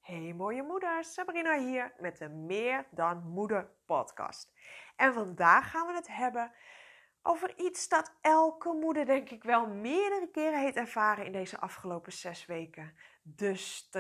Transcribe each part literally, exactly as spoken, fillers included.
Hey mooie moeders, Sabrina hier met de Meer dan Moeder podcast. En vandaag gaan we het hebben over iets dat elke moeder denk ik wel meerdere keren heeft ervaren in deze afgelopen zes weken. De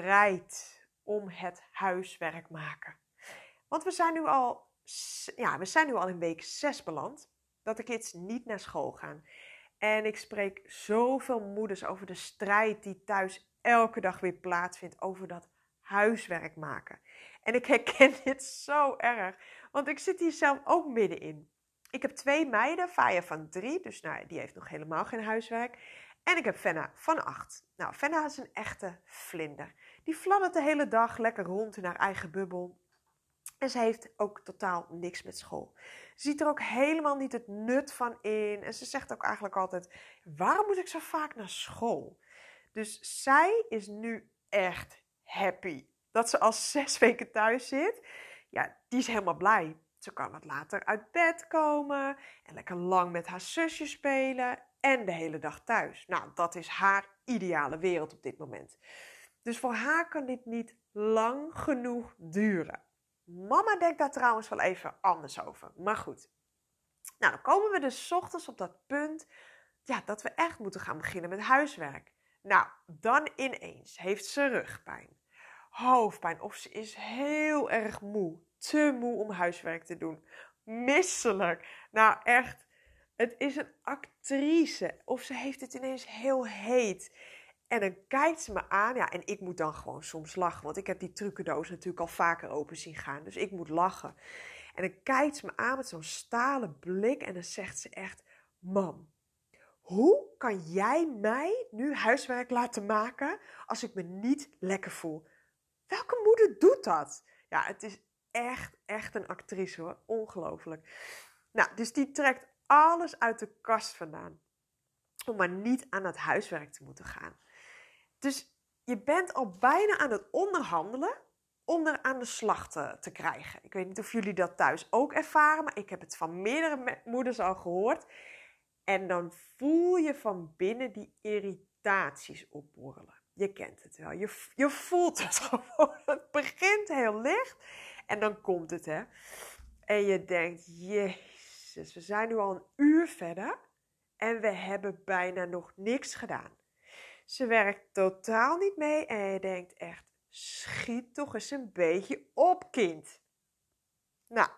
strijd om het huiswerk maken. Want we zijn nu al, ja, we zijn nu al in week zes beland, dat de kids niet naar school gaan. En ik spreek zoveel moeders over de strijd die thuis elke dag weer plaatsvindt over dat huiswerk maken. En ik herken dit zo erg, want ik zit hier zelf ook middenin. Ik heb twee meiden, Faya van drie, dus nou, die heeft nog helemaal geen huiswerk. En ik heb Fenna van acht. Nou, Fenna is een echte vlinder. Die fladdert de hele dag lekker rond in haar eigen bubbel. En ze heeft ook totaal niks met school. Ze ziet er ook helemaal niet het nut van in. En ze zegt ook eigenlijk altijd, waarom moet ik zo vaak naar school? Dus zij is nu echt happy dat ze al zes weken thuis zit. Ja, die is helemaal blij. Ze kan wat later uit bed komen en lekker lang met haar zusje spelen en de hele dag thuis. Nou, dat is haar ideale wereld op dit moment. Dus voor haar kan dit niet lang genoeg duren. Mama denkt daar trouwens wel even anders over. Maar goed. Nou, dan komen we dus 's ochtends op dat punt ja, dat we echt moeten gaan beginnen met huiswerk. Nou, dan ineens heeft ze rugpijn, hoofdpijn of ze is heel erg moe. Te moe om huiswerk te doen. Misselijk. Nou echt, het is een actrice. Of ze heeft het ineens heel heet. En dan kijkt ze me aan. Ja, en ik moet dan gewoon soms lachen. Want ik heb die trucendoos natuurlijk al vaker open zien gaan. Dus ik moet lachen. En dan kijkt ze me aan met zo'n stalen blik. En dan zegt ze echt, mam, hoe kan jij mij nu huiswerk laten maken als ik me niet lekker voel? Welke moeder doet dat? Ja, het is echt, echt een actrice hoor. Ongelooflijk. Nou, dus die trekt alles uit de kast vandaan. Om maar niet aan het huiswerk te moeten gaan. Dus je bent al bijna aan het onderhandelen om er aan de slag te, te krijgen. Ik weet niet of jullie dat thuis ook ervaren, maar ik heb het van meerdere moeders al gehoord. En dan voel je van binnen die irritaties opborrelen. Je kent het wel. Je, je voelt het gewoon. Het begint heel licht en dan komt het, hè. En je denkt, jezus, we zijn nu al een uur verder en we hebben bijna nog niks gedaan. Ze werkt totaal niet mee en je denkt echt, schiet toch eens een beetje op, kind. Nou,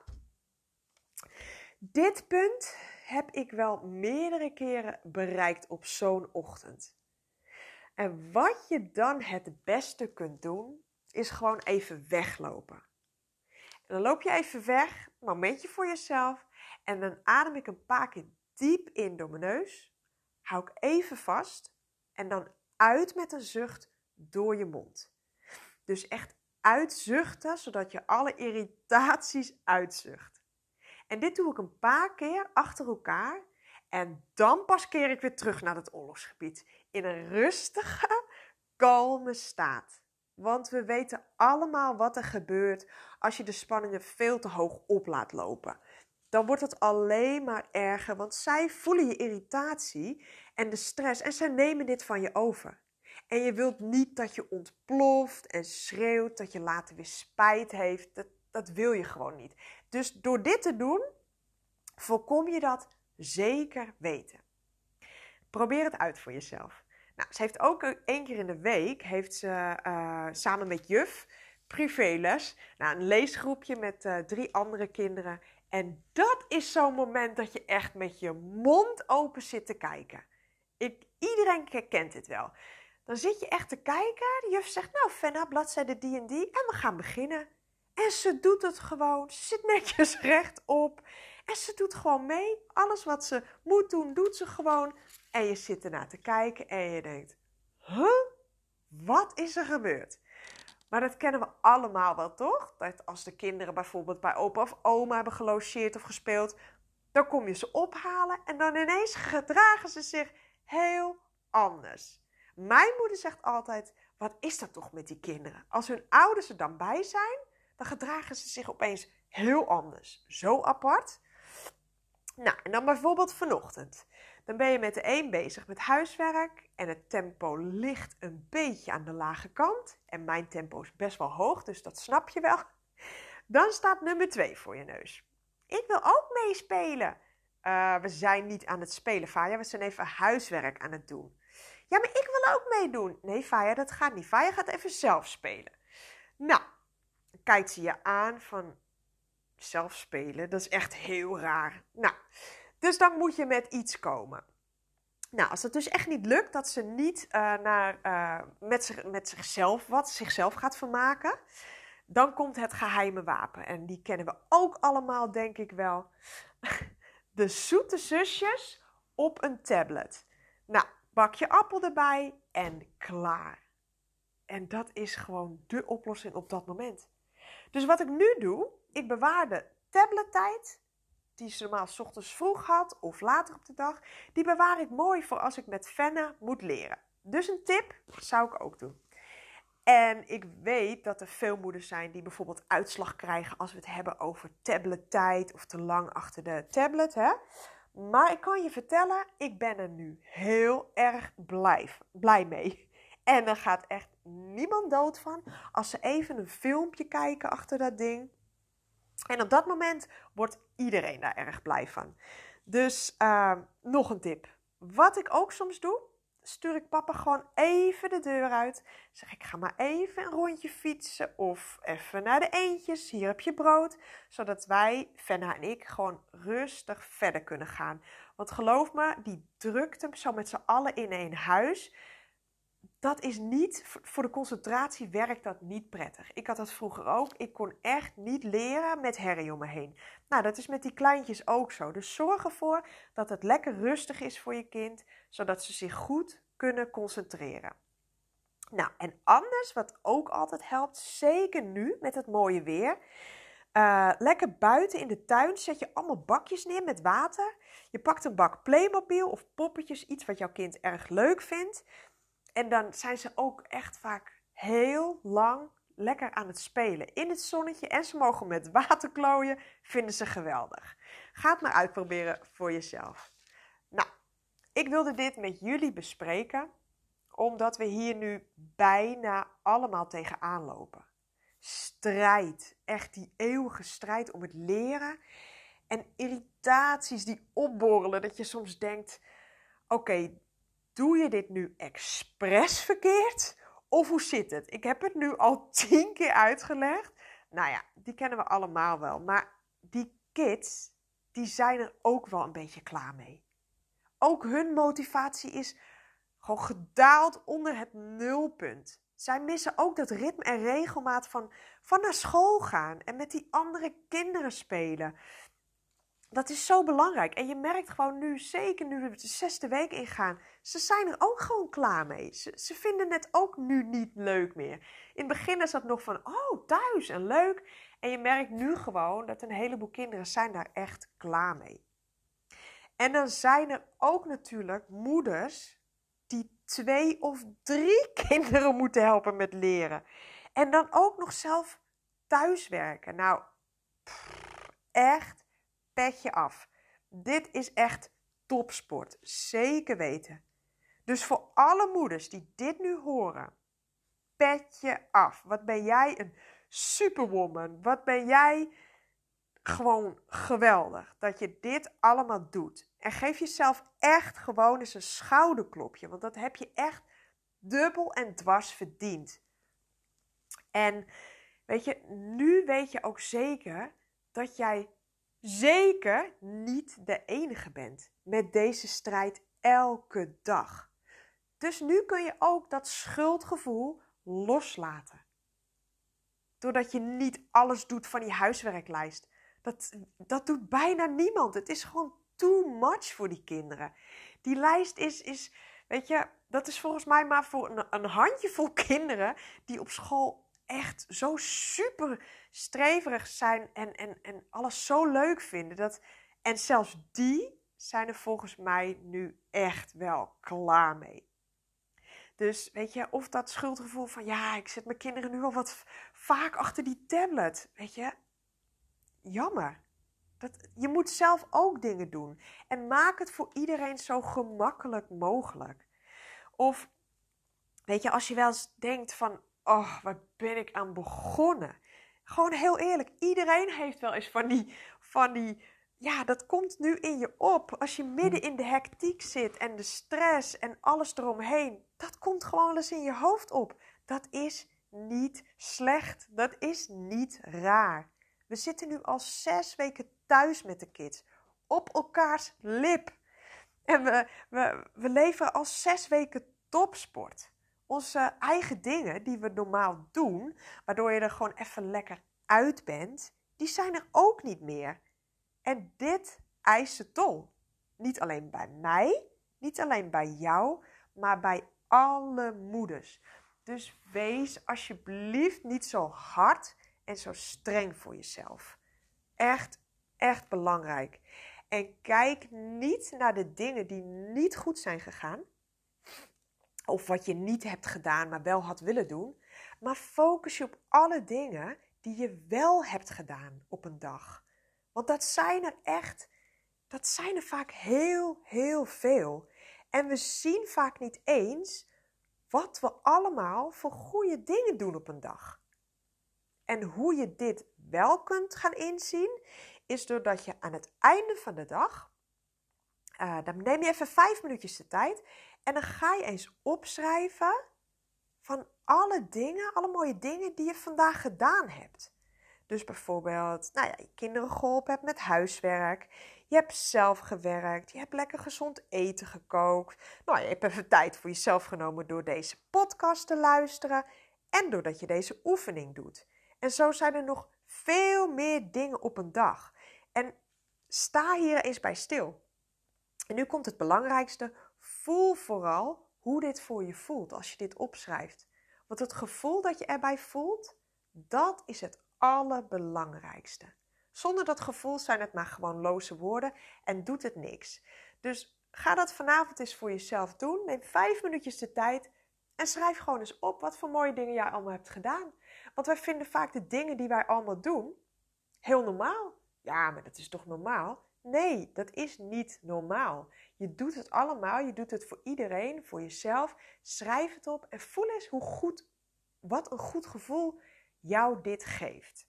dit punt heb ik wel meerdere keren bereikt op zo'n ochtend. En wat je dan het beste kunt doen, is gewoon even weglopen. En dan loop je even weg, een momentje voor jezelf. En dan adem ik een paar keer diep in door mijn neus. Hou ik even vast. En dan uit met een zucht door je mond. Dus echt uitzuchten, zodat je alle irritaties uitzucht. En dit doe ik een paar keer achter elkaar. En dan pas keer ik weer terug naar het oorlogsgebied. In een rustige, kalme staat. Want we weten allemaal wat er gebeurt als je de spanningen veel te hoog op laat lopen. Dan wordt het alleen maar erger, want zij voelen je irritatie en de stress en zij nemen dit van je over. En je wilt niet dat je ontploft en schreeuwt, dat je later weer spijt heeft. Dat, dat wil je gewoon niet. Dus door dit te doen, voorkom je dat zeker weten. Probeer het uit voor jezelf. Nou, ze heeft ook één keer in de week, heeft ze uh, samen met juf, privéles, nou, een leesgroepje met uh, drie andere kinderen. En dat is zo'n moment dat je echt met je mond open zit te kijken. Ik, iedereen herkent dit wel. Dan zit je echt te kijken, de juf zegt, nou Fenna, bladzijde die en die, en we gaan beginnen. En ze doet het gewoon, ze zit netjes rechtop en ze doet gewoon mee. Alles wat ze moet doen, doet ze gewoon. En je zit ernaar te kijken en je denkt, huh? Wat is er gebeurd? Maar dat kennen we allemaal wel, toch? Dat als de kinderen bijvoorbeeld bij opa of oma hebben gelogeerd of gespeeld, dan kom je ze ophalen en dan ineens gedragen ze zich heel anders. Mijn moeder zegt altijd, wat is dat toch met die kinderen? Als hun ouders er dan bij zijn, dan gedragen ze zich opeens heel anders. Zo apart. Nou, en dan bijvoorbeeld vanochtend. Dan ben je met de een bezig met huiswerk en het tempo ligt een beetje aan de lage kant, en mijn tempo is best wel hoog, dus dat snap je wel, dan staat nummer twee voor je neus. Ik wil ook meespelen. Uh, we zijn niet aan het spelen, Faya, we zijn even huiswerk aan het doen. Ja, maar ik wil ook meedoen. Nee, Faya, dat gaat niet. Faya gaat even zelf spelen. Nou, kijkt ze je aan van zelf spelen, dat is echt heel raar. Nou, dus dan moet je met iets komen. Nou, als het dus echt niet lukt, dat ze niet uh, naar, uh, met, zich, met zichzelf wat, zichzelf gaat vermaken, dan komt het geheime wapen. En die kennen we ook allemaal, denk ik wel. De zoete zusjes op een tablet. Nou, bak je appel erbij en klaar. En dat is gewoon de oplossing op dat moment. Dus wat ik nu doe, ik bewaar de tablettijd, die ze normaal 's ochtends vroeg had of later op de dag, die bewaar ik mooi voor als ik met Fenna moet leren. Dus een tip zou ik ook doen. En ik weet dat er veel moeders zijn die bijvoorbeeld uitslag krijgen als we het hebben over tablettijd of te lang achter de tablet. Hè? Maar ik kan je vertellen, ik ben er nu heel erg blij, blij mee. En er gaat echt niemand dood van als ze even een filmpje kijken achter dat ding. En op dat moment wordt iedereen daar erg blij van. Dus uh, nog een tip. Wat ik ook soms doe, stuur ik papa gewoon even de deur uit. Zeg ik, ga maar even een rondje fietsen of even naar de eendjes. Hier heb je brood. Zodat wij, Fenna en ik, gewoon rustig verder kunnen gaan. Want geloof me, die drukte zo met z'n allen in één huis, dat is niet, voor de concentratie werkt dat niet prettig. Ik had dat vroeger ook. Ik kon echt niet leren met herrie om me heen. Nou, dat is met die kleintjes ook zo. Dus zorg ervoor dat het lekker rustig is voor je kind, zodat ze zich goed kunnen concentreren. Nou, en anders, wat ook altijd helpt, zeker nu met het mooie weer, Uh, lekker buiten in de tuin zet je allemaal bakjes neer met water. Je pakt een bak Playmobil of poppetjes, iets wat jouw kind erg leuk vindt. En dan zijn ze ook echt vaak heel lang lekker aan het spelen in het zonnetje. En ze mogen met water klooien, vinden ze geweldig. Ga het maar uitproberen voor jezelf. Nou, ik wilde dit met jullie bespreken, omdat we hier nu bijna allemaal tegenaan lopen. Strijd, echt die eeuwige strijd om het leren. En irritaties die opborrelen, dat je soms denkt, oké, okay, doe je dit nu expres verkeerd? Of hoe zit het? Ik heb het nu al tien keer uitgelegd. Nou ja, die kennen we allemaal wel. Maar die kids, die zijn er ook wel een beetje klaar mee. Ook hun motivatie is gewoon gedaald onder het nulpunt. Zij missen ook dat ritme en regelmaat van, van naar school gaan en met die andere kinderen spelen. Dat is zo belangrijk. En je merkt gewoon nu, zeker nu we de zesde week ingaan, ze zijn er ook gewoon klaar mee. Ze, ze vinden het ook nu niet leuk meer. In het begin is dat nog van, oh, thuis en leuk. En je merkt nu gewoon dat een heleboel kinderen zijn daar echt klaar mee. En dan zijn er ook natuurlijk moeders die twee of drie kinderen moeten helpen met leren. En dan ook nog zelf thuiswerken. Nou, pff, echt petje af. Dit is echt topsport. Zeker weten. Dus voor alle moeders die dit nu horen, petje af. Wat ben jij een superwoman. Wat ben jij gewoon geweldig dat je dit allemaal doet. En geef jezelf echt gewoon eens een schouderklopje. Want dat heb je echt dubbel en dwars verdiend. En weet je, nu weet je ook zeker dat jij zeker niet de enige bent met deze strijd elke dag. Dus nu kun je ook dat schuldgevoel loslaten. Doordat je niet alles doet van die huiswerklijst. Dat, dat doet bijna niemand. Het is gewoon too much voor die kinderen. Die lijst is, is weet je, dat is volgens mij maar voor een, een handjevol kinderen die op school echt zo super streverig zijn en, en, en alles zo leuk vinden. Dat, en zelfs die zijn er volgens mij nu echt wel klaar mee. Dus weet je, of dat schuldgevoel van ja, ik zet mijn kinderen nu al wat vaak achter die tablet. Weet je, jammer. Dat, je moet zelf ook dingen doen. En maak het voor iedereen zo gemakkelijk mogelijk. Of, weet je, als je wel eens denkt van, oh, waar ben ik aan begonnen? Gewoon heel eerlijk, iedereen heeft wel eens van die, van die, ja, dat komt nu in je op. Als je midden in de hectiek zit en de stress en alles eromheen, dat komt gewoon eens in je hoofd op. Dat is niet slecht, dat is niet raar. We zitten nu al zes weken thuis met de kids, op elkaars lip. En we, we, we leveren al zes weken topsport. Onze eigen dingen die we normaal doen, waardoor je er gewoon even lekker uit bent, die zijn er ook niet meer. En dit eist de tol. Niet alleen bij mij, niet alleen bij jou, maar bij alle moeders. Dus wees alsjeblieft niet zo hard en zo streng voor jezelf. Echt, echt belangrijk. En kijk niet naar de dingen die niet goed zijn gegaan. Of wat je niet hebt gedaan, maar wel had willen doen. Maar focus je op alle dingen die je wel hebt gedaan op een dag. Want dat zijn er echt, dat zijn er vaak heel, heel veel. En we zien vaak niet eens wat we allemaal voor goede dingen doen op een dag. En hoe je dit wel kunt gaan inzien, is doordat je aan het einde van de dag, uh, dan neem je even vijf minuutjes de tijd en dan ga je eens opschrijven van alle dingen, alle mooie dingen die je vandaag gedaan hebt. Dus bijvoorbeeld, nou ja, je kinderen geholpen hebt met huiswerk, je hebt zelf gewerkt, je hebt lekker gezond eten gekookt. Nou, je hebt even tijd voor jezelf genomen door deze podcast te luisteren en doordat je deze oefening doet. En zo zijn er nog veel meer dingen op een dag. En sta hier eens bij stil. En nu komt het belangrijkste. Voel vooral hoe dit voor je voelt als je dit opschrijft. Want het gevoel dat je erbij voelt, dat is het allerbelangrijkste. Zonder dat gevoel zijn het maar gewoon loze woorden en doet het niks. Dus ga dat vanavond eens voor jezelf doen. Neem vijf minuutjes de tijd en schrijf gewoon eens op wat voor mooie dingen jij allemaal hebt gedaan. Want wij vinden vaak de dingen die wij allemaal doen heel normaal. Ja, maar dat is toch normaal? Nee, dat is niet normaal. Je doet het allemaal, je doet het voor iedereen, voor jezelf. Schrijf het op en voel eens hoe goed, wat een goed gevoel jou dit geeft.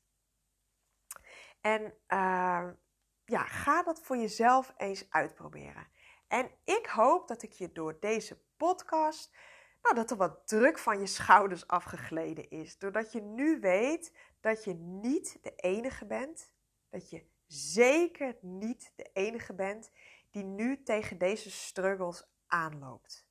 En uh, ja, ga dat voor jezelf eens uitproberen. En ik hoop dat ik je door deze podcast, nou, dat er wat druk van je schouders afgegleden is. Doordat je nu weet dat je niet de enige bent. Dat je zeker niet de enige bent die nu tegen deze struggles aanloopt.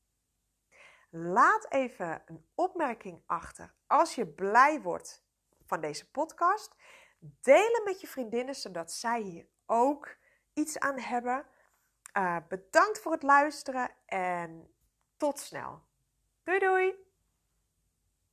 Laat even een opmerking achter als je blij wordt van deze podcast. Deel hem met je vriendinnen, zodat zij hier ook iets aan hebben. Uh, bedankt voor het luisteren en tot snel. Doei doei!